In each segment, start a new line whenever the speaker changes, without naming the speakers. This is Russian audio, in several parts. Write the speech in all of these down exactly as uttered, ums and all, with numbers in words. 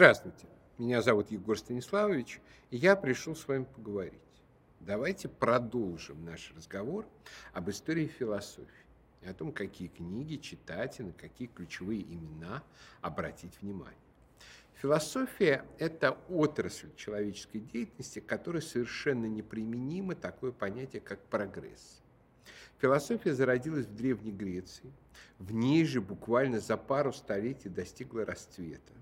Здравствуйте, меня зовут Егор Станиславович, и я пришел с вами поговорить. Давайте продолжим наш разговор об истории философии, и о том, какие книги читать и на какие ключевые имена обратить внимание. Философия– это отрасль человеческой деятельности, к которой совершенно неприменимо такое понятие, как прогресс. Философия зародилась в Древней Греции, в ней же буквально за пару столетий достигла расцвета.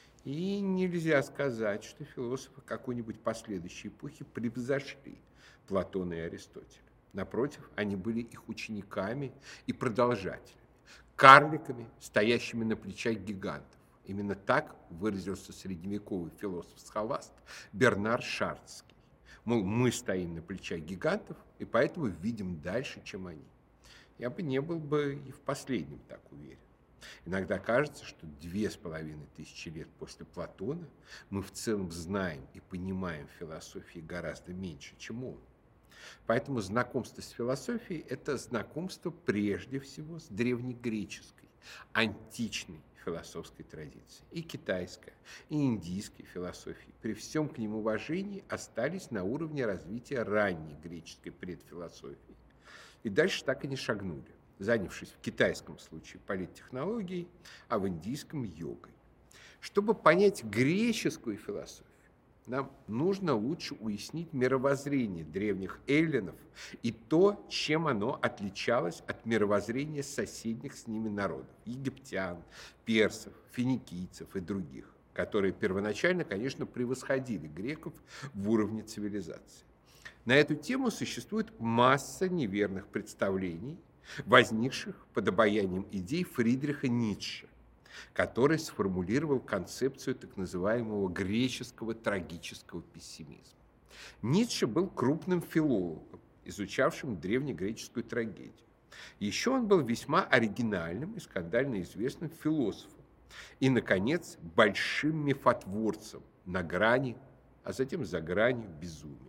И нельзя сказать, что философы какой-нибудь последующей эпохи превзошли Платона и Аристотеля. Напротив, они были их учениками и продолжателями, карликами, стоящими на плечах гигантов. Именно так выразился средневековый философ-схоласт Бернар Шардский. Мол, мы стоим на плечах гигантов, и поэтому видим дальше, чем они. Я бы не был бы и в последнем так уверен. Иногда кажется, что две с половиной тысячи лет после Платона мы в целом знаем и понимаем философии гораздо меньше, чем он. Поэтому знакомство с философией – это знакомство прежде всего с древнегреческой, античной философской традицией. И китайская, и индийская философии при всем к ним уважении остались на уровне развития ранней греческой предфилософии. И дальше так и не шагнули, занявшись в китайском случае политтехнологией, а в индийском – йогой. Чтобы понять греческую философию, нам нужно лучше уяснить мировоззрение древних эллинов и то, чем оно отличалось от мировоззрения соседних с ними народов – египтян, персов, финикийцев и других, которые первоначально, конечно, превосходили греков в уровне цивилизации. На эту тему существует масса неверных представлений, возникших под обаянием идей Фридриха Ницше, который сформулировал концепцию так называемого греческого трагического пессимизма. Ницше был крупным филологом, изучавшим древнегреческую трагедию. Еще он был весьма оригинальным и скандально известным философом и, наконец, большим мифотворцем на грани, а затем за гранью безумия.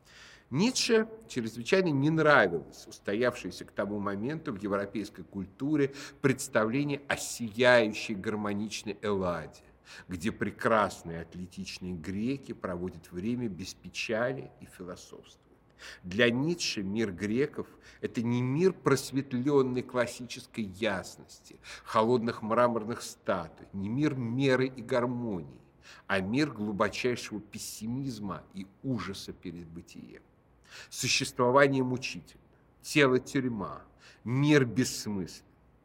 Ницше чрезвычайно не нравилось устоявшееся к тому моменту в европейской культуре представление о сияющей гармоничной Элладе, где прекрасные атлетичные греки проводят время без печали и философствуют. Для Ницше мир греков – это не мир просветленной классической ясности, холодных мраморных статуй, не мир меры и гармонии, а мир глубочайшего пессимизма и ужаса перед бытием. Существование мучительно, тело тюрьма, мир бессмыслен.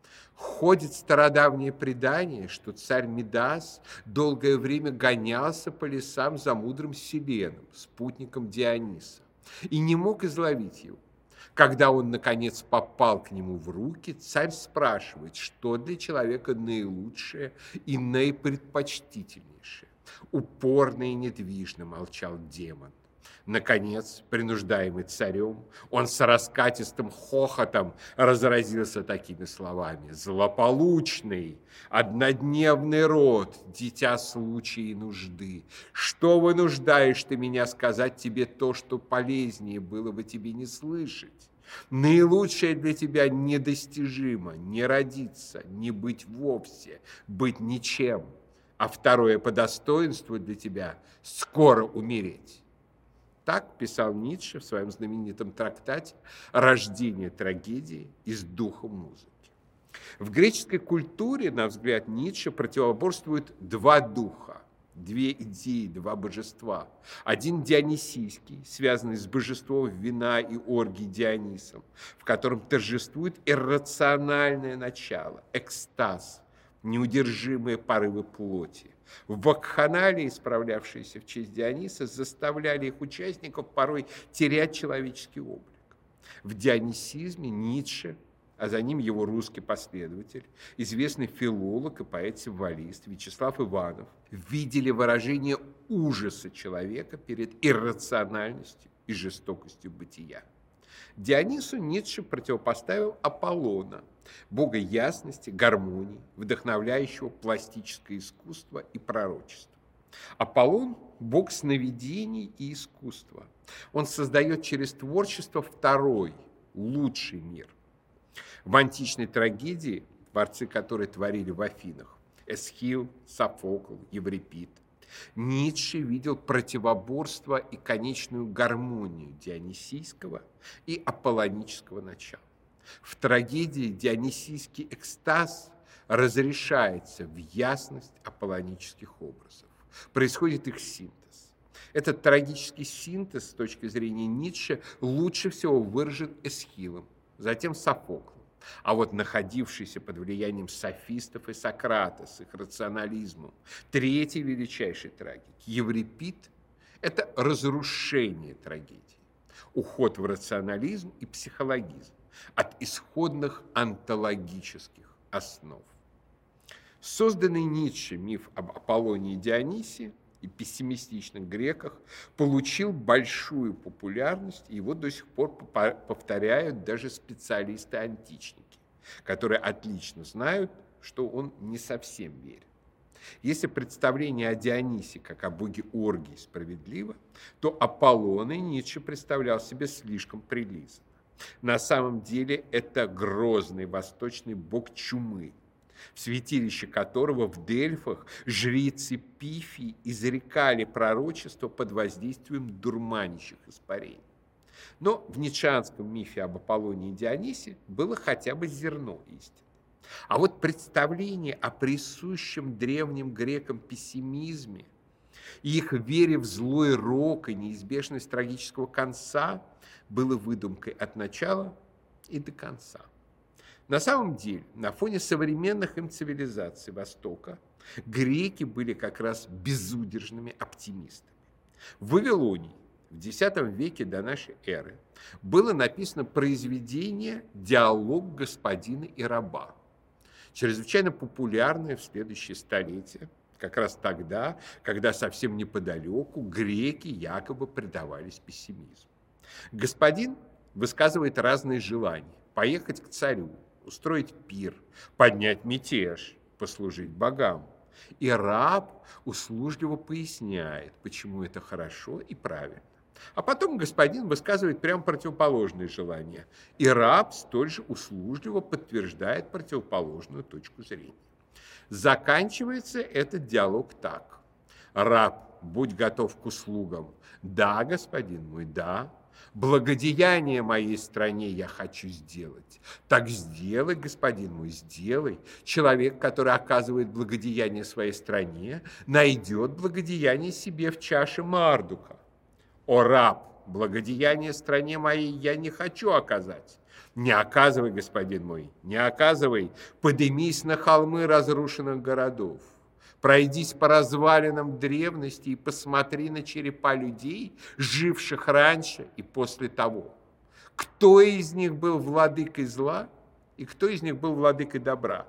Ходит стародавнее предание, что царь Мидас долгое время гонялся по лесам за мудрым Селеном, спутником Диониса, и не мог изловить его. Когда он, наконец, попал к нему в руки, царь спрашивает, что для человека наилучшее и наипредпочтительнейшее. Упорно и недвижно молчал демон. Наконец, принуждаемый царем, он с раскатистым хохотом разразился такими словами: «Злополучный, однодневный род, дитя случая и нужды, что вынуждаешь ты меня сказать тебе то, что полезнее было бы тебе не слышать? Наилучшее для тебя недостижимо, не родиться, не быть вовсе, быть ничем, а второе по достоинству для тебя – скоро умереть». Так писал Ницше в своем знаменитом трактате «Рождение трагедии из духа музыки». В греческой культуре, на взгляд Ницше, противоборствуют два духа, две идеи, два божества. Один дионисийский, связанный с божеством вина и оргий Дионисом, в котором торжествует иррациональное начало, экстаз, неудержимые порывы плоти. Вакханалии, справлявшиеся в честь Диониса, заставляли их участников порой терять человеческий облик. В дионисизме Ницше, а за ним его русский последователь, известный филолог и поэт-символист Вячеслав Иванов, видели выражение ужаса человека перед иррациональностью и жестокостью бытия. Дионису Ницше противопоставил Аполлона, бога ясности, гармонии, вдохновляющего пластическое искусство и пророчество. Аполлон – бог сновидений и искусства. Он создает через творчество второй, лучший мир. В античной трагедии, творцы которой творили в Афинах – Эсхил, Софокл, Еврипид, Ницше видел противоборство и конечную гармонию дионисийского и аполлонического начала. В трагедии дионисийский экстаз разрешается в ясность аполлонических образов. Происходит их синтез. Этот трагический синтез, с точки зрения Ницше, лучше всего выражен Эсхилом, затем Софоклом. А вот находившийся под влиянием софистов и Сократа с их рационализмом третий величайший трагик, Еврипид, это разрушение трагедии, уход в рационализм и психологизм от исходных онтологических основ. Созданный Ницше миф об Аполлонии и Дионисии и пессимистичных греках получил большую популярность, и его до сих пор повторяют даже специалисты-античники, которые отлично знают, что он не совсем верен. Если представление о Дионисе как о боге оргии справедливо, то Аполлона Ницше представлял себе слишком прилизанно. На самом деле это грозный восточный бог чумы, в святилище которого в Дельфах жрицы Пифии изрекали пророчество под воздействием дурманящих испарений. Но в ницшеанском мифе об Аполлоне и Дионисе было хотя бы зерно истины. А вот представление о присущем древним грекам пессимизме и их вере в злой рок и неизбежность трагического конца было выдумкой от начала и до конца. На самом деле, на фоне современных им цивилизаций Востока греки были как раз безудержными оптимистами. В Вавилонии в десятом веке до нашей эры было написано произведение «Диалог господина и раба», чрезвычайно популярное в следующее столетие, как раз тогда, когда совсем неподалеку греки якобы предавались пессимизму. Господин высказывает разные желания: поехать к царю, устроить пир, поднять мятеж, послужить богам. И раб услужливо поясняет, почему это хорошо и правильно. А потом господин высказывает прямо противоположные желания, и раб столь же услужливо подтверждает противоположную точку зрения. Заканчивается этот диалог так: раб, будь готов к услугам. Да, господин мой, да. Благодеяние моей стране я хочу сделать. Так сделай, господин мой, сделай. Человек, который оказывает благодеяние своей стране, найдет благодеяние себе в чаше Мардука. О, раб, благодеяние стране моей я не хочу оказать. Не оказывай, господин мой, не оказывай. Подымись на холмы разрушенных городов. Пройдись по развалинам древности и посмотри на черепа людей, живших раньше и после того. Кто из них был владыкой зла и кто из них был владыкой добра?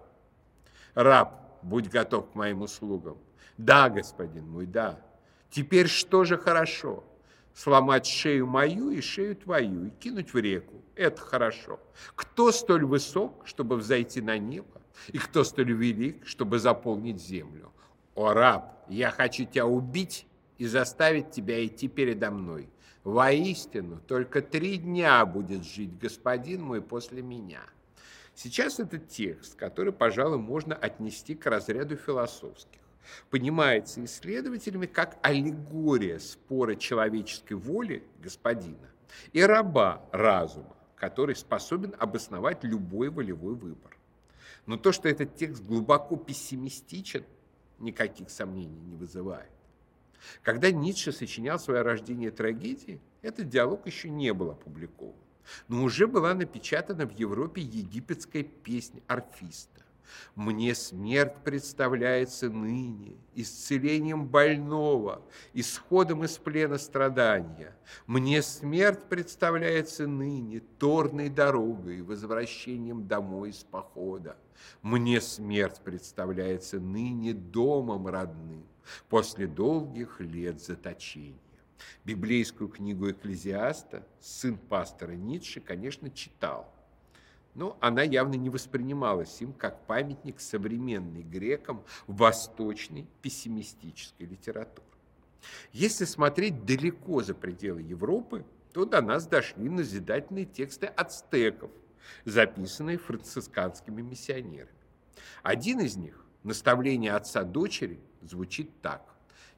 Раб, будь готов к моим услугам. Да, господин мой, да. Теперь что же хорошо? Сломать шею мою и шею твою и кинуть в реку. Это хорошо. Кто столь высок, чтобы взойти на небо, и кто столь велик, чтобы заполнить землю? О, раб, я хочу тебя убить и заставить тебя идти передо мной. Воистину, только три дня будет жить господин мой после меня. Сейчас этот текст, который, пожалуй, можно отнести к разряду философских, понимается исследователями как аллегория спора человеческой воли господина и раба разума, который способен обосновать любой волевой выбор. Но то, что этот текст глубоко пессимистичен, никаких сомнений не вызывает. Когда Ницше сочинял свое рождение трагедии, этот диалог еще не был опубликован, но уже была напечатана в Европе египетская песня орфиста. «Мне смерть представляется ныне исцелением больного, исходом из плена страдания. Мне смерть представляется ныне торной дорогой, возвращением домой из похода. Мне смерть представляется ныне домом родным после долгих лет заточения». Библейскую книгу Экклезиаста сын пастора Ницше, конечно, читал, но она явно не воспринималась им как памятник современной грекам восточной пессимистической литературы. Если смотреть далеко за пределы Европы, то до нас дошли назидательные тексты ацтеков, записанные францисканскими миссионерами. Один из них, «Наставление отца дочери», звучит так: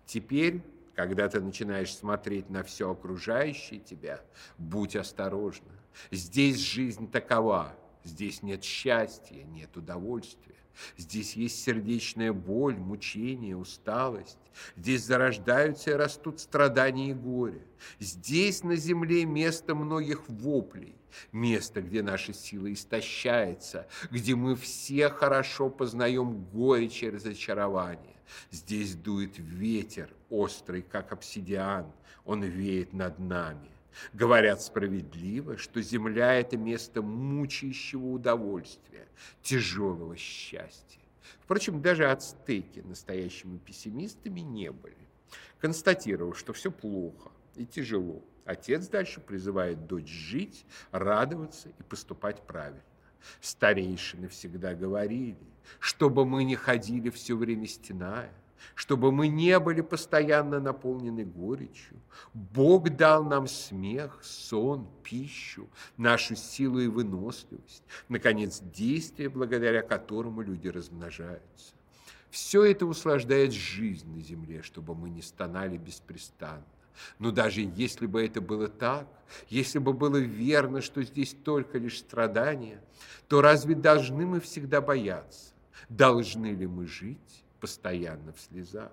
Теперь, когда ты начинаешь смотреть на все окружающее тебя, будь осторожна. Здесь жизнь такова, здесь нет счастья, нет удовольствия. Здесь есть сердечная боль, мучение, усталость. Здесь зарождаются и растут страдания и горе. Здесь на земле место многих воплей, место, где наша сила истощается, где мы все хорошо познаем горечь и разочарование. Здесь дует ветер, острый, как обсидиан, он веет над нами. Говорят справедливо, что земля – это место мучающего удовольствия, тяжелого счастья. Впрочем, даже ацтеки настоящими пессимистами не были. Констатировав, что все плохо и тяжело, отец дальше призывает дочь жить, радоваться и поступать правильно. Старейшины всегда говорили, чтобы мы не ходили все время стеная, чтобы мы не были постоянно наполнены горечью. Бог дал нам смех, сон, пищу, нашу силу и выносливость, наконец, действия, благодаря которому люди размножаются. Все это услаждает жизнь на земле, чтобы мы не стонали беспрестанно. Но даже если бы это было так, если бы было верно, что здесь только лишь страдания, то разве должны мы всегда бояться? Должны ли мы жить постоянно в слезах?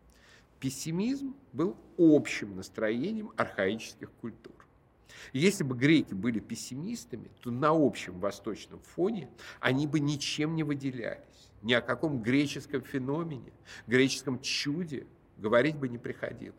Пессимизм был общим настроением архаических культур. Если бы греки были пессимистами, то на общем восточном фоне они бы ничем не выделялись. Ни о каком греческом феномене, греческом чуде говорить бы не приходилось.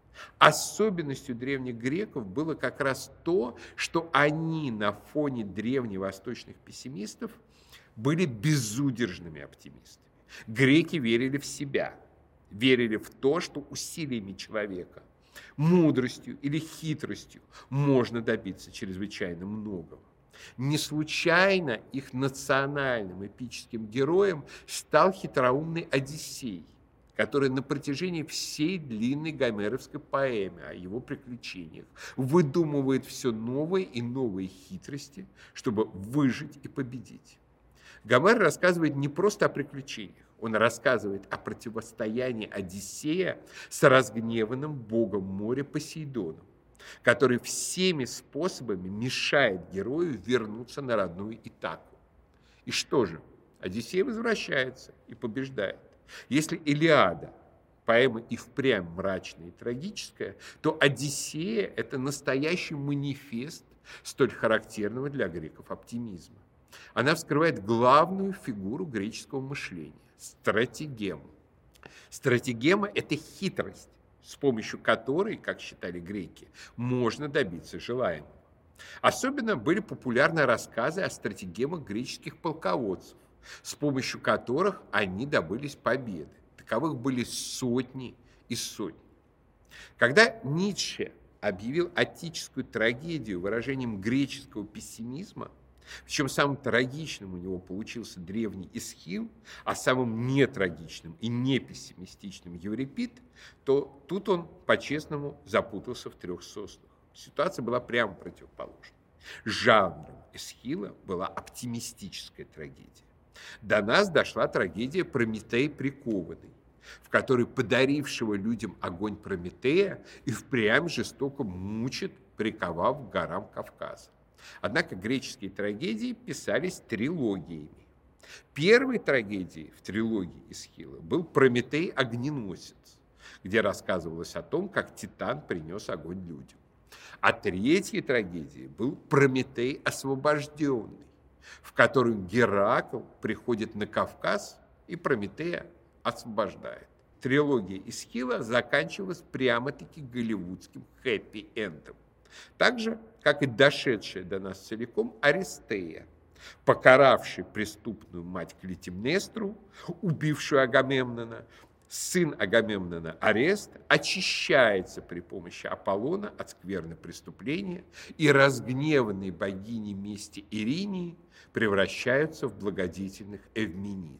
Особенностью древних греков было как раз то, что они на фоне древневосточных пессимистов были безудержными оптимистами. Греки верили в себя, верили в то, что усилиями человека, мудростью или хитростью можно добиться чрезвычайно многого. Не случайно их национальным эпическим героем стал хитроумный Одиссей, который на протяжении всей длинной гомеровской поэмы о его приключениях выдумывает все новые и новые хитрости, чтобы выжить и победить. Гомер рассказывает не просто о приключениях, он рассказывает о противостоянии Одиссея с разгневанным богом моря Посейдоном, который всеми способами мешает герою вернуться на родную Итаку. И что же? Одиссей возвращается и побеждает. Если Илиада, поэма и впрямь мрачная и трагическая, то Одиссея – это настоящий манифест столь характерного для греков оптимизма. Она вскрывает главную фигуру греческого мышления – стратегему. Стратегема – это хитрость, с помощью которой, как считали греки, можно добиться желаемого. Особенно были популярны рассказы о стратегемах греческих полководцев, с помощью которых они добылись победы. Таковых были сотни и сотни. Когда Ницше объявил аттическую трагедию выражением греческого пессимизма, причем самым трагичным у него получился древний Эсхил, а самым нетрагичным и непессимистичным Еврипид, то тут он по-честному запутался в трех соснах. Ситуация была прямо противоположной. Жанром Эсхила была оптимистическая трагедия. До нас дошла трагедия Прометей прикованный, в которой подарившего людям огонь Прометея и впрямь жестоко мучит, приковав к горам Кавказа. Однако греческие трагедии писались трилогиями. Первой трагедией в трилогии Эсхила был Прометей-огненосец, где рассказывалось о том, как Титан принес огонь людям. А третьей трагедией был Прометей освобожденный, в котором Геракл приходит на Кавказ и Прометея освобождает. Трилогия Эсхила заканчивалась прямо-таки голливудским хэппи-эндом. Так же, как и дошедшая до нас целиком Аристея, покаравший преступную мать Клитемнестру, убившую Агамемнона. Сын Агамемнона Арест очищается при помощи Аполлона от скверны преступления, и разгневанные богини мести Иринии превращаются в благодетельных Эвменид.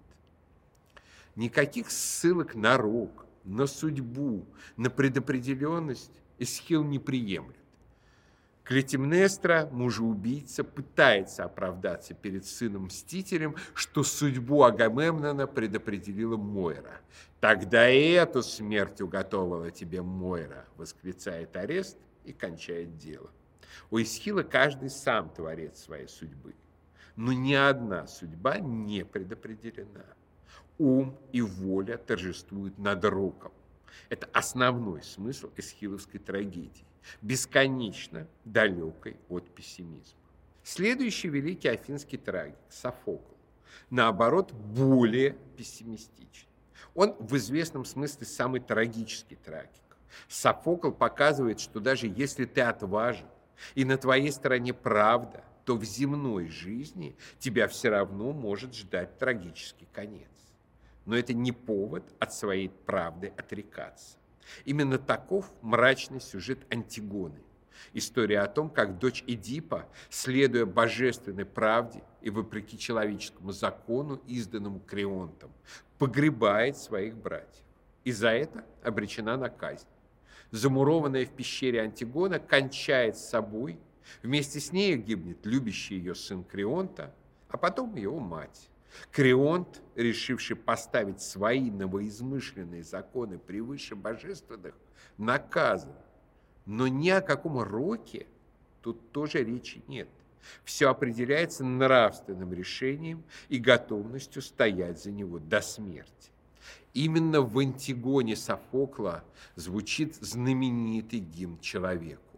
Никаких ссылок на рок, на судьбу, на предопределенность Эсхил не приемлет. Клетимнестра, мужеубийца, пытается оправдаться перед сыном-мстителем, что судьбу Агамемнона предопределила Мойра. «Тогда и эту смерть уготовила тебе Мойра», — восклицает Орест и кончает дело. У Эсхила каждый сам творец своей судьбы, но ни одна судьба не предопределена. Ум и воля торжествуют над роком. Это основной смысл эсхиловской трагедии, бесконечно далекой от пессимизма. Следующий великий афинский трагик Софокл, наоборот, более пессимистичен. Он в известном смысле самый трагический трагик. Софокл показывает, что даже если ты отважен и на твоей стороне правда, то в земной жизни тебя все равно может ждать трагический конец. Но это не повод от своей правды отрекаться. Именно таков мрачный сюжет Антигоны. История о том, как дочь Эдипа, следуя божественной правде и вопреки человеческому закону, изданному Креонтом, погребает своих братьев. И за это обречена на казнь. Замурованная в пещере Антигона кончает с собой, вместе с ней гибнет любящий ее сын Креонта, а потом его мать. Креонт, решивший поставить свои новоизмышленные законы превыше божественных, наказан. Но ни о каком роке тут тоже речи нет. Все определяется нравственным решением и готовностью стоять за него до смерти. Именно в Антигоне Софокла звучит знаменитый гимн человеку.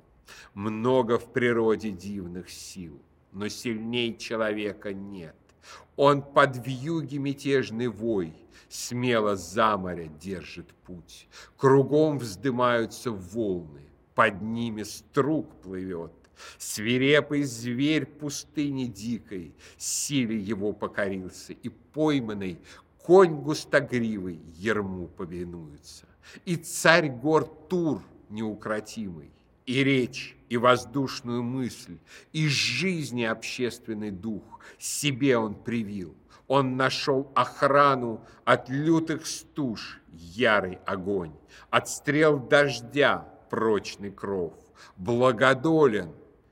Много в природе дивных сил, но сильней человека нет. Он под вьюги мятежный вой, смело за моря держит путь. Кругом вздымаются волны, под ними струк плывет. Свирепый зверь пустыни дикой, силе его покорился, и пойманный конь густогривый ерму повинуется. И царь гор Тур неукротимый, и речь, и воздушную мысль, и жизни общественный дух себе он привил. Он нашел охрану от лютых стуж, ярый огонь, от стрел дождя прочный кров. Благодолен,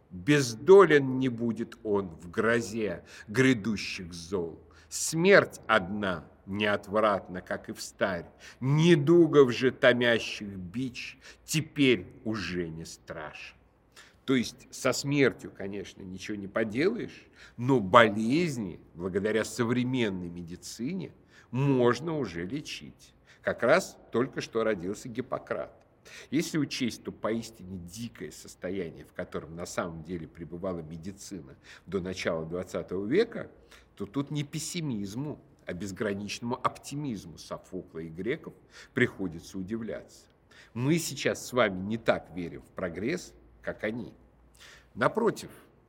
бездолен не будет он в грозе грядущих зол. Смерть одна неотвратна, как и встарь, недугов же томящих бич теперь уже не страшен. То есть со смертью, конечно, ничего не поделаешь, но болезни, благодаря современной медицине, можно уже лечить. Как раз только что родился Гиппократ. Если учесть то поистине дикое состояние, в котором на самом деле пребывала медицина до начала двадцатого века, то тут не пессимизму, а безграничному оптимизму Софокла и греков приходится удивляться. Мы сейчас с вами не так верим в прогресс, как они. Напротив,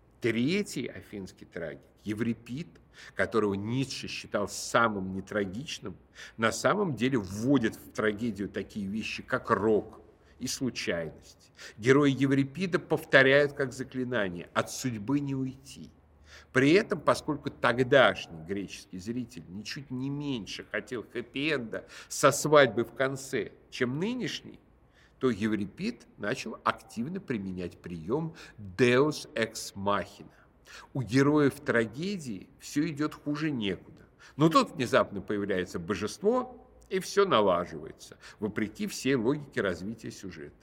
третий афинский трагик, Еврипид, которого Ницше считал самым нетрагичным, на самом деле вводит в трагедию такие вещи, как рок и случайность. Герои Еврипида повторяют как заклинание «от судьбы не уйти». При этом, поскольку тогдашний греческий зритель ничуть не меньше хотел хэппи-энда со свадьбы в конце, чем нынешний, то Еврипид начал активно применять прием «deus ex machina». У героев трагедии все идет хуже некуда. Но тут внезапно появляется божество, и все налаживается, вопреки всей логике развития сюжета.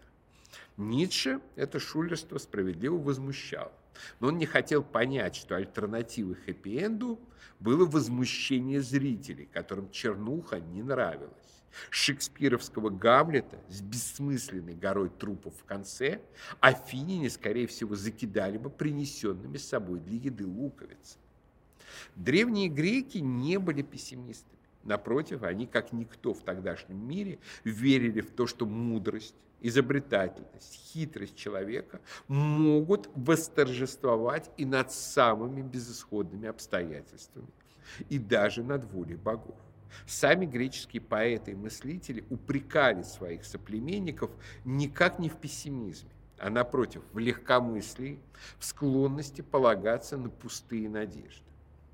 Ницше это шулерство справедливо возмущало, но он не хотел понять, что альтернативой хэппи-энду было возмущение зрителей, которым чернуха не нравилась. Шекспировского Гамлета с бессмысленной горой трупов в конце афиняне, скорее всего, закидали бы принесенными с собой для еды луковицы. Древние греки не были пессимистами. Напротив, они, как никто в тогдашнем мире, верили в то, что мудрость, изобретательность, хитрость человека могут восторжествовать и над самыми безысходными обстоятельствами, и даже над волей богов. Сами греческие поэты и мыслители упрекали своих соплеменников никак не в пессимизме, а напротив, в легкомыслии, в склонности полагаться на пустые надежды.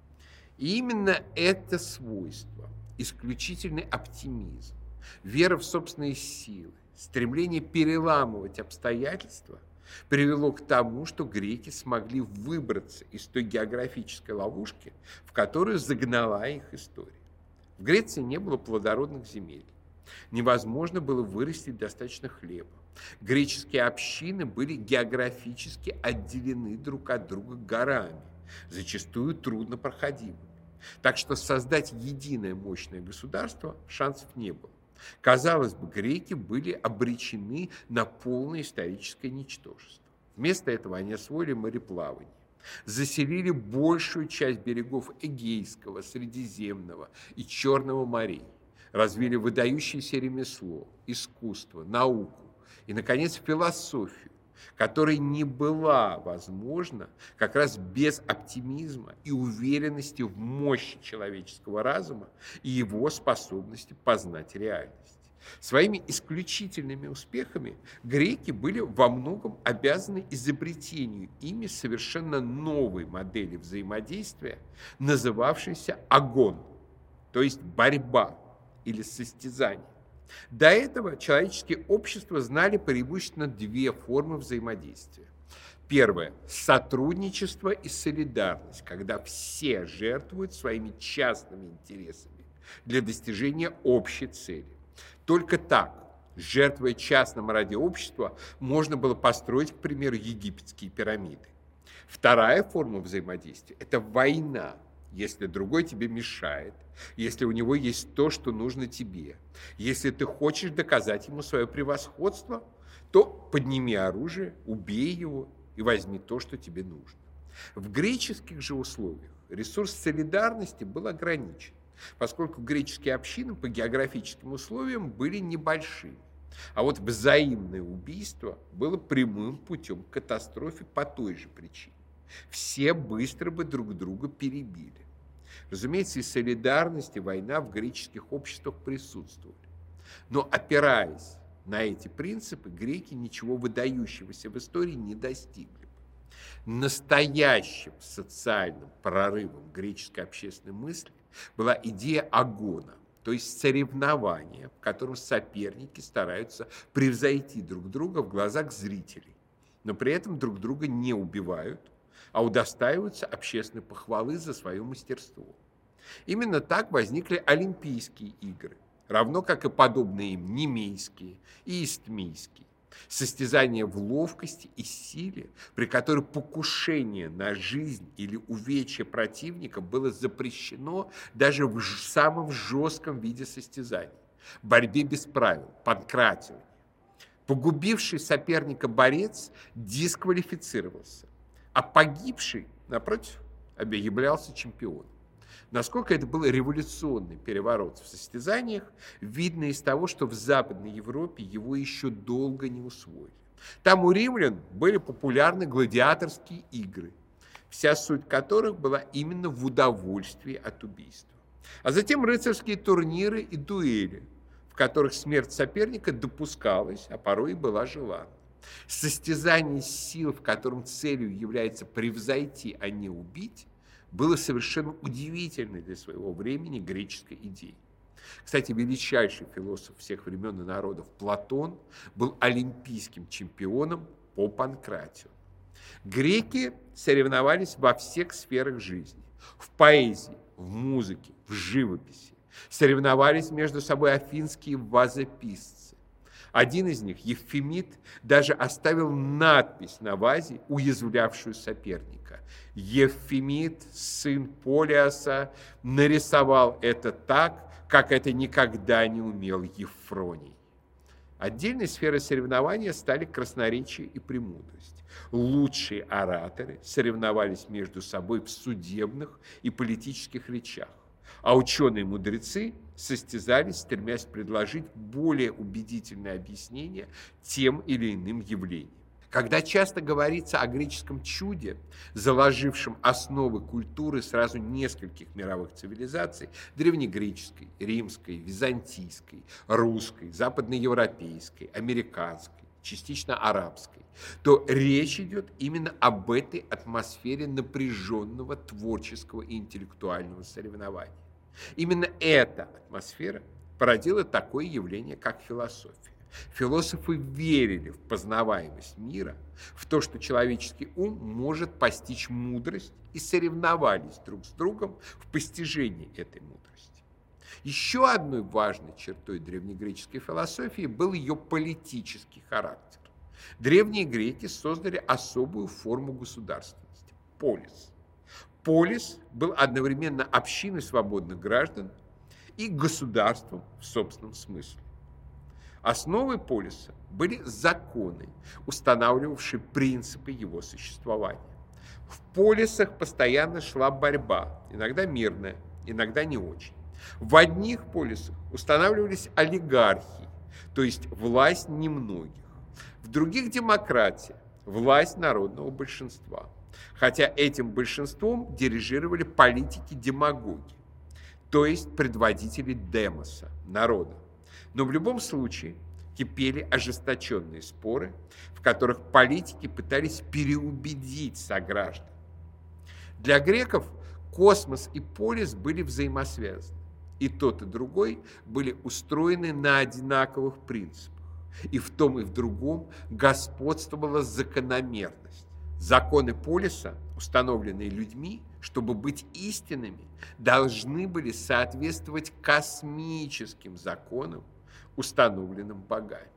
И именно это свойство, исключительный оптимизм, вера в собственные силы, стремление переламывать обстоятельства привело к тому, что греки смогли выбраться из той географической ловушки, в которую загнала их история. В Греции не было плодородных земель. Невозможно было вырастить достаточно хлеба. Греческие общины были географически отделены друг от друга горами, зачастую труднопроходимыми. Так что создать единое мощное государство шансов не было. Казалось бы, греки были обречены на полное историческое ничтожество. Вместо этого они освоили мореплавание, заселили большую часть берегов Эгейского, Средиземного и Черного морей, развили выдающееся ремесло, искусство, науку и, наконец, философию, которая не была возможна как раз без оптимизма и уверенности в мощи человеческого разума и его способности познать реальность. Своими исключительными успехами греки были во многом обязаны изобретению ими совершенно новой модели взаимодействия, называвшейся агон, то есть борьба или состязание. До этого человеческие общества знали преимущественно две формы взаимодействия. Первое – сотрудничество и солидарность, когда все жертвуют своими частными интересами для достижения общей цели. Только так, жертвуя частным ради общества, можно было построить, к примеру, египетские пирамиды. Вторая форма взаимодействия – это война, если другой тебе мешает, если у него есть то, что нужно тебе. Если ты хочешь доказать ему свое превосходство, то подними оружие, убей его и возьми то, что тебе нужно. В греческих же условиях ресурс солидарности был ограничен, поскольку греческие общины по географическим условиям были небольшими. А вот взаимное убийство было прямым путем к катастрофе по той же причине. Все быстро бы друг друга перебили. Разумеется, и солидарность, и война в греческих обществах присутствовали. Но, опираясь на эти принципы, греки ничего выдающегося в истории не достигли бы. Настоящим социальным прорывом греческой общественной мысли была идея агона, то есть соревнования, в котором соперники стараются превзойти друг друга в глазах зрителей, но при этом друг друга не убивают, а удостаиваются общественной похвалы за свое мастерство. Именно так возникли Олимпийские игры, равно как и подобные им немейские и истмийские. Состязания в ловкости и силе, при которой покушение на жизнь или увечье противника было запрещено даже в самом жестком виде состязаний – борьбе без правил, панкратионе. Погубивший соперника борец дисквалифицировался, а погибший, напротив, объявлялся чемпионом. Насколько это был революционный переворот в состязаниях, видно из того, что в Западной Европе его еще долго не усвоили. Там у римлян были популярны гладиаторские игры, вся суть которых была именно в удовольствии от убийства. А затем рыцарские турниры и дуэли, в которых смерть соперника допускалась, а порой и была желанна. Состязание сил, в котором целью является превзойти, а не убить, было совершенно удивительной для своего времени греческой идеей. Кстати, величайший философ всех времен и народов Платон был олимпийским чемпионом по панкратиону. Греки соревновались во всех сферах жизни: в поэзии, в музыке, в живописи. Соревновались между собой афинские вазописцы. Один из них, Евфимид, даже оставил надпись на вазе, уязвлявшую соперника. Евфимид, сын Полиаса, нарисовал это так, как это никогда не умел Евфроний. Отдельной сферой соревнования стали красноречие и премудрость. Лучшие ораторы соревновались между собой в судебных и политических речах, а ученые-мудрецы состязались, стремясь предложить более убедительное объяснение тем или иным явлениям. Когда часто говорится о греческом чуде, заложившем основы культуры сразу нескольких мировых цивилизаций – древнегреческой, римской, византийской, русской, западноевропейской, американской, частично арабской, то речь идет именно об этой атмосфере напряженного творческого и интеллектуального соревнования. Именно эта атмосфера породила такое явление, как философия. Философы верили в познаваемость мира, в то, что человеческий ум может постичь мудрость, и соревновались друг с другом в постижении этой мудрости. Еще одной важной чертой древнегреческой философии был ее политический характер. Древние греки создали особую форму государственности – полис. Полис был одновременно общиной свободных граждан и государством в собственном смысле. Основой полиса были законы, устанавливавшие принципы его существования. В полисах постоянно шла борьба, иногда мирная, иногда не очень. В одних полисах устанавливались олигархии, то есть власть немногих. В других демократия, власть народного большинства. Хотя этим большинством дирижировали политики-демагоги, то есть предводители демоса, народа. Но в любом случае кипели ожесточенные споры, в которых политики пытались переубедить сограждан. Для греков космос и полис были взаимосвязаны. И тот, и другой были устроены на одинаковых принципах. И в том, и в другом господствовала закономерность. Законы полиса, установленные людьми, чтобы быть истинными, должны были соответствовать космическим законам, установленным богами.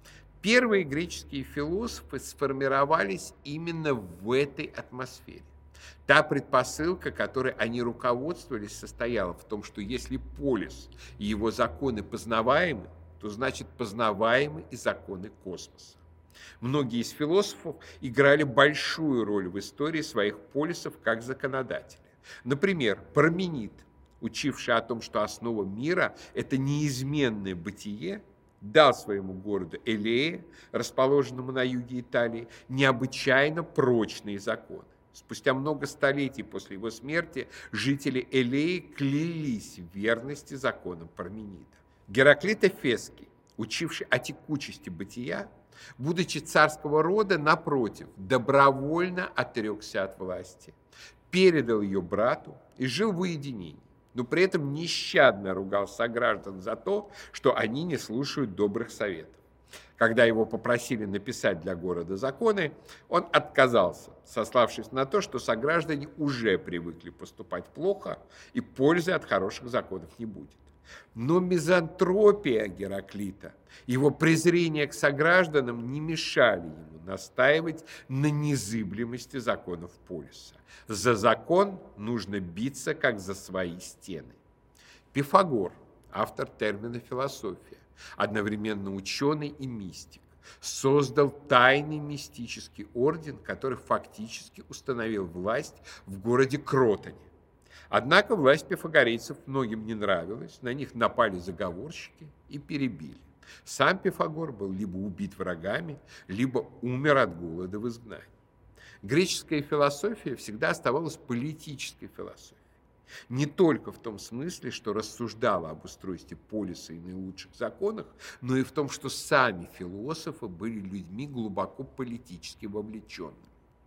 Первые греческие философы сформировались именно в этой атмосфере. Та предпосылка, которой они руководствовались, состояла в том, что если полис и его законы познаваемы, то значит познаваемы и законы космоса. Многие из философов играли большую роль в истории своих полисов как законодатели. Например, Парменид, учивший о том, что основа мира – это неизменное бытие, дал своему городу Элее, расположенному на юге Италии, необычайно прочные законы. Спустя много столетий после его смерти жители Элеи клялись в верности законам Парменида. Гераклит Эфесский, учивший о текучести бытия, будучи царского рода, напротив, добровольно отрекся от власти, передал ее брату и жил в уединении, но при этом нещадно ругал сограждан за то, что они не слушают добрых советов. Когда его попросили написать для города законы, он отказался, сославшись на то, что сограждане уже привыкли поступать плохо, и пользы от хороших законов не будет. Но мизантропия Гераклита, его презрение к согражданам не мешали ему настаивать на незыблемости законов полиса. За закон нужно биться, как за свои стены. Пифагор, автор термина «философия», одновременно ученый и мистик, создал тайный мистический орден, который фактически установил власть в городе Кротоне. Однако власть пифагорейцев многим не нравилась, на них напали заговорщики и перебили. Сам Пифагор был либо убит врагами, либо умер от голода в изгнании. Греческая философия всегда оставалась политической философией. Не только в том смысле, что рассуждала об устройстве полиса и наилучших законах, но и в том, что сами философы были людьми глубоко политически вовлеченными.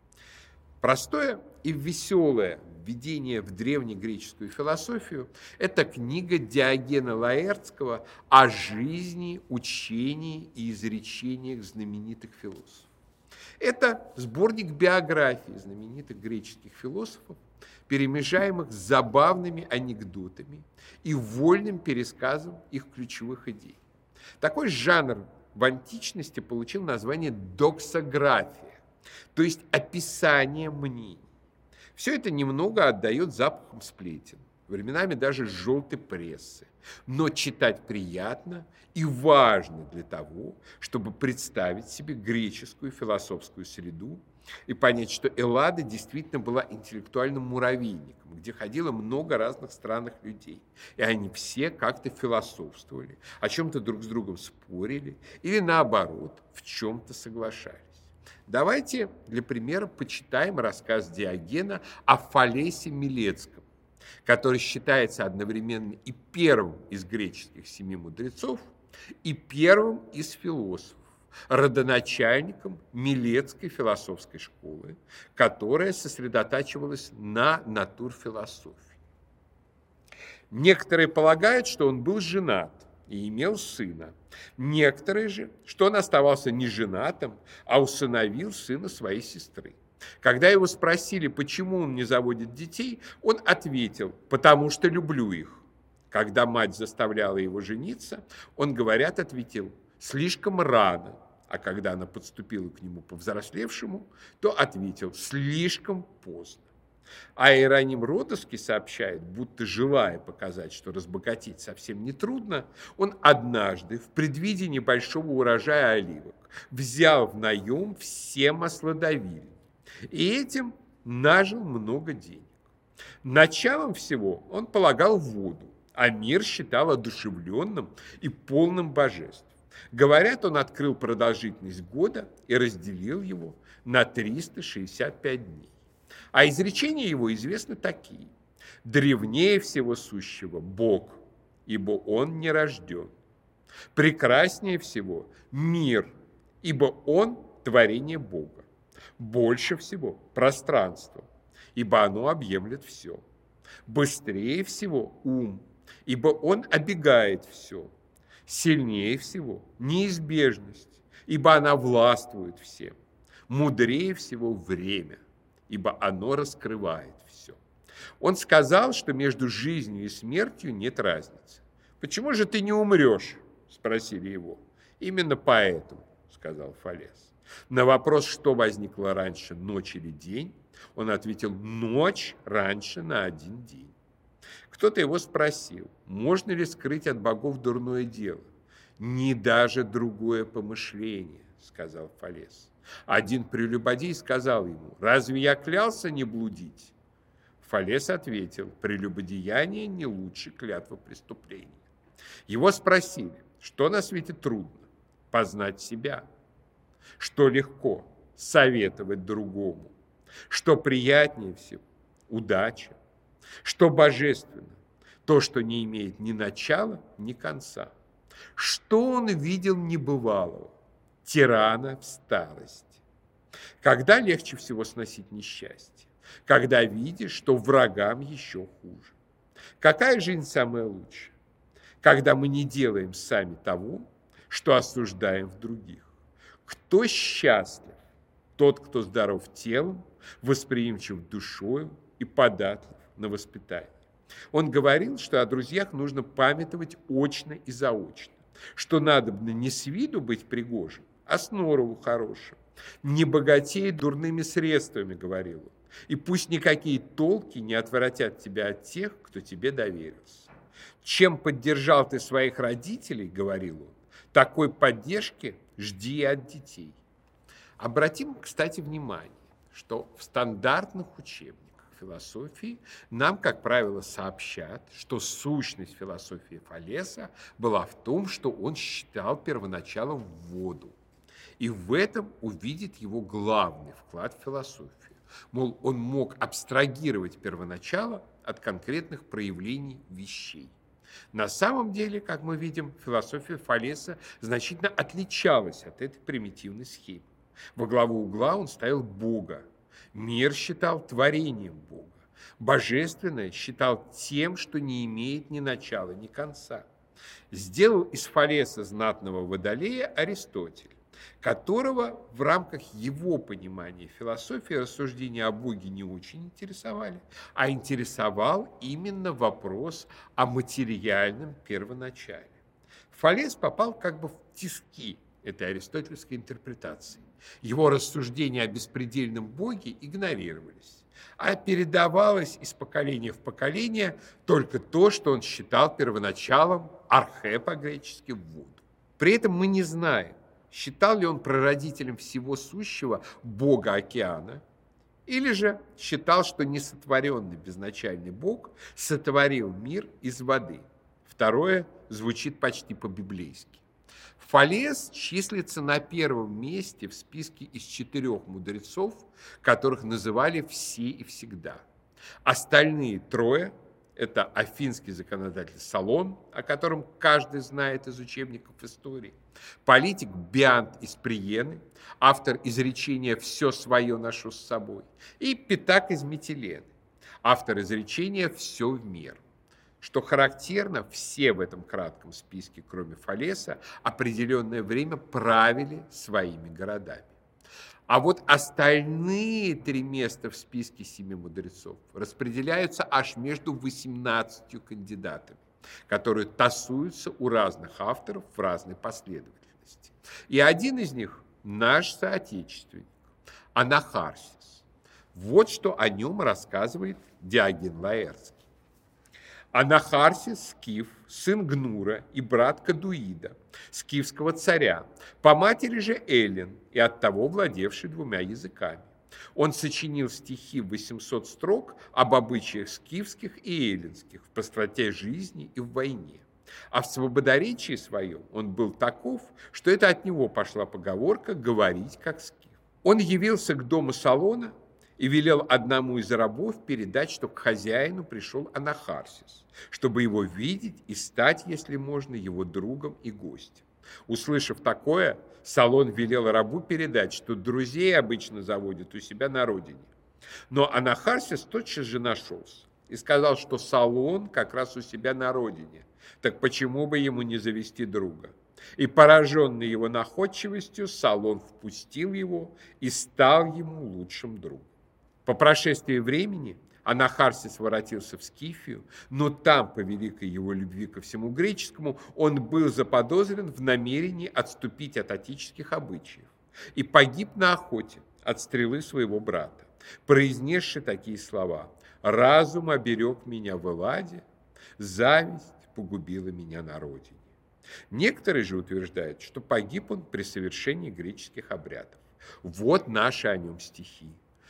Простое и веселое введение в древнегреческую философию – это книга Диогена Лаэртского о жизни, учении и изречениях знаменитых философов. Это сборник биографий знаменитых греческих философов, перемежаемых забавными анекдотами и вольным пересказом их ключевых идей. Такой жанр в античности получил название доксография, то есть описание мнений. Все это немного отдает запахом сплетен, временами даже желтой прессы, но читать приятно и важно для того, чтобы представить себе греческую философскую среду и понять, что Эллада действительно была интеллектуальным муравейником, где ходило много разных странных людей, и они все как-то философствовали, о чем-то друг с другом спорили или, наоборот, в чем-то соглашались. Давайте для примера почитаем рассказ Диогена о Фалесе Милецком, который считается одновременно и первым из греческих семи мудрецов, и первым из философов, родоначальником Милецкой философской школы, которая сосредотачивалась на натурфилософии. Некоторые полагают, что он был женат и имел сына. Некоторые же, что он оставался неженатым, а усыновил сына своей сестры. Когда его спросили, почему он не заводит детей, он ответил: «Потому что люблю их». Когда мать заставляла его жениться, он, говорят, ответил: «Слишком рано». А когда она подступила к нему повзрослевшему, то ответил: «Слишком поздно». А Иероним Родоский сообщает, будто, желая показать, что разбогатеть совсем нетрудно, он однажды в преддверии небольшого урожая оливок взял в наем все маслодавильни и этим нажил много денег. Началом всего он полагал воду, а мир считал одушевленным и полным божеств. Говорят, он открыл продолжительность года и разделил его на триста шестьдесят пять дней. А изречения его известны такие: «Древнее всего сущего Бог, ибо Он не рожден. Прекраснее всего мир, ибо Он творение Бога. Больше всего пространство, ибо оно объемлет все. Быстрее всего ум, ибо он обегает все. Сильнее всего неизбежность, ибо она властвует всем. Мудрее всего время, ибо оно раскрывает все». Он сказал, что между жизнью и смертью нет разницы. «Почему же ты не умрешь?» – спросили его. «Именно поэтому», – сказал Фалес. На вопрос, что возникло раньше, ночь или день, он ответил: «Ночь раньше на один день». Кто-то его спросил, можно ли скрыть от богов дурное дело. «Ни даже другое помышление», – сказал Фалес. Один прелюбодей сказал ему: «Разве я клялся не блудить?» Фалес ответил: «Прелюбодеяние не лучше клятвы преступления». Его спросили, что на свете трудно: познать себя. Что легко? Советовать другому. Что приятнее всего? Удача. Что божественно? То, что не имеет ни начала, ни конца. Что он видел небывалого? Тирана в старости. Когда легче всего сносить несчастье? Когда видишь, что врагам еще хуже. Какая жизнь самая лучшая? Когда мы не делаем сами того, что осуждаем в других. Кто счастлив? Тот, кто здоров телом, восприимчив душою и податлив на воспитание. Он говорил, что о друзьях нужно памятовать очно и заочно, что надобно не с виду быть пригожим, а с норову хорошим. «Не богатей дурными средствами», — говорил он, «и пусть никакие толки не отвратят тебя от тех, кто тебе доверился. Чем поддержал ты своих родителей, — говорил он, — такой поддержки жди от детей». Обратим, кстати, внимание, что в стандартных учебниках философии нам, как правило, сообщат, что сущность философии Фалеса была в том, что он считал первоначалом воду. И в этом увидит его главный вклад в философию. Мол, он мог абстрагировать первоначало от конкретных проявлений вещей. На самом деле, как мы видим, философия Фалеса значительно отличалась от этой примитивной схемы. Во главу угла он ставил Бога. Мир считал творением Бога. Божественное считал тем, что не имеет ни начала, ни конца. Сделал из Фалеса знатного водолея Аристотель, которого в рамках его понимания философии рассуждения о Боге не очень интересовали, а интересовал именно вопрос о материальном первоначале. Фалес попал как бы в тиски этой аристотельской интерпретации. Его рассуждения о беспредельном Боге игнорировались, а передавалось из поколения в поколение только то, что он считал первоначалом, архе по-гречески, воду. При этом мы не знаем, считал ли он прародителем всего сущего Бога океана, или же считал, что несотворенный безначальный Бог сотворил мир из воды. Второе звучит почти по-библейски. Фалес числится на первом месте в списке из четырех мудрецов, которых называли «все и всегда». Остальные трое – это афинский законодатель Солон, о котором каждый знает из учебников истории, политик Биант из Приены, автор изречения «все свое ношу с собой», и Питак из Митилены, автор изречения «все в меру». Что характерно, все в этом кратком списке, кроме Фалеса, определенное время правили своими городами. А вот остальные три места в списке семи мудрецов распределяются аж между восемнадцатью кандидатами, которые тасуются у разных авторов в разной последовательности. И один из них – наш соотечественник, Анахарсис. Вот что о нем рассказывает Диоген Лаэртский. Анахарсис – скиф, сын Гнура и брат Кадуида, скифского царя, по матери же Эллин и оттого владевший двумя языками. Он сочинил стихи в восемьсот строк об обычаях скифских и эллинских, в простоте жизни и в войне. А в свободоречии своем он был таков, что это от него пошла поговорка «говорить как скиф». Он явился к дому Солона и велел одному из рабов передать, что к хозяину пришел Анахарсис, чтобы его видеть и стать, если можно, его другом и гостем. Услышав такое, Солон велел рабу передать, что друзей обычно заводят у себя на родине. Но Анахарсис тотчас же нашелся и сказал, что Солон как раз у себя на родине, так почему бы ему не завести друга? И, пораженный его находчивостью, Солон впустил его и стал ему лучшим другом. По прошествии времени Анахарсис воротился в Скифию, но там, по великой его любви ко всему греческому, он был заподозрен в намерении отступить от отеческих обычаев и погиб на охоте от стрелы своего брата, произнесши такие слова: «Разум оберег меня в Элладе, зависть погубила меня на родине». Некоторые же утверждают, что погиб он при совершении греческих обрядов. Вот наши о нем стихи.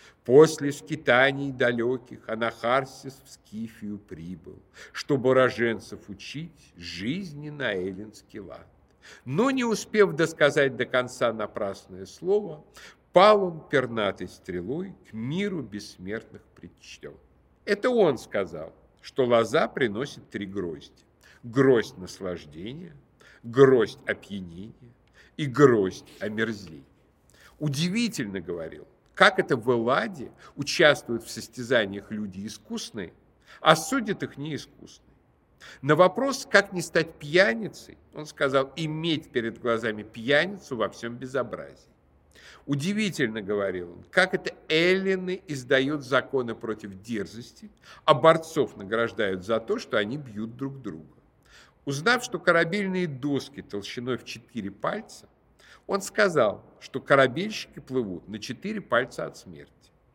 После скитаний далеких Анахарсис в Скифию прибыл, чтобы уроженцев учить жизни на эллинский лад. Но, не успев досказать до конца напрасное слово, пал он пернатой стрелой к миру бессмертных предчтен. Это он сказал, что лоза приносит три грозди: гроздь наслаждения, гроздь опьянения и гроздь омерзения. Удивительно, говорил, как это в Элладе участвуют в состязаниях люди искусные, а судят их неискусные. На вопрос, как не стать пьяницей, он сказал: иметь перед глазами пьяницу во всем безобразии. Удивительно, говорил он, как это эллины издают законы против дерзости, а борцов награждают за то, что они бьют друг друга. Узнав, что корабельные доски толщиной в четыре пальца, он сказал, что корабельщики плывут на четыре пальца от смерти.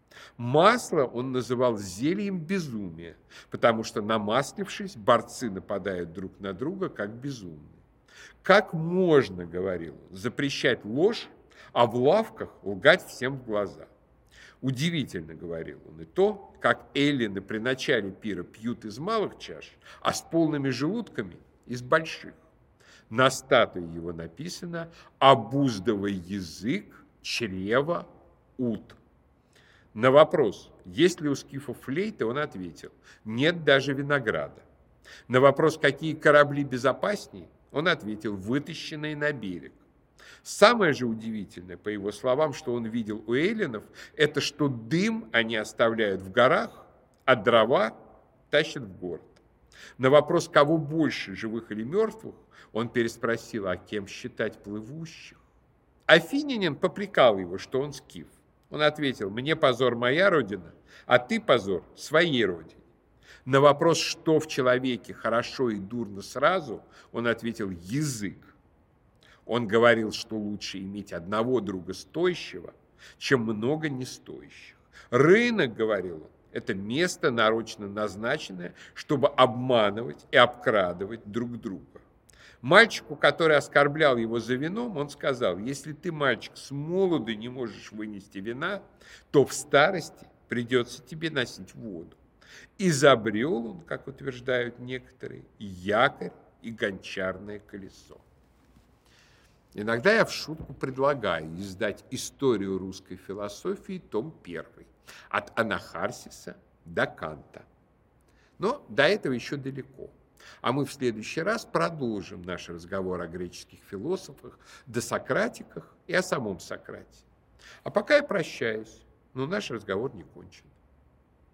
Масло он называл зельем безумия, потому что, намаслившись, борцы нападают друг на друга, как безумные. Как можно, говорил он, запрещать ложь, а в лавках лгать всем в глаза? Удивительно, говорил он, и то, как эллины при начале пира пьют из малых чаш, а с полными желудками из больших. На статуе его написано: «Обуздывай язык, чрево, ут». На вопрос, есть ли у скифов флейты, он ответил: нет даже винограда. На вопрос, какие корабли безопаснее, он ответил: вытащенные на берег. Самое же удивительное, по его словам, что он видел у эллинов, это что дым они оставляют в горах, а дрова тащат в город. На вопрос, кого больше, живых или мертвых, он переспросил: а кем считать плывущих? Афинянин попрекал его, что он скиф. Он ответил: мне позор моя родина, а ты позор своей родине. На вопрос, что в человеке хорошо и дурно сразу, он ответил: язык. Он говорил, что лучше иметь одного друга стоящего, чем много нестоящих. Рынок, говорил он, это место, нарочно назначенное, чтобы обманывать и обкрадывать друг друга. Мальчику, который оскорблял его за вином, он сказал: если ты, мальчик, с молоду не можешь вынести вина, то в старости придется тебе носить воду. Изобрел он, как утверждают некоторые, якорь и гончарное колесо. Иногда я в шутку предлагаю издать историю русской философии, том первый, от Анахарсиса до Канта. Но до этого еще далеко. А мы в следующий раз продолжим наш разговор о греческих философах, досократиках и о самом Сократе. А пока я прощаюсь, но наш разговор не кончен.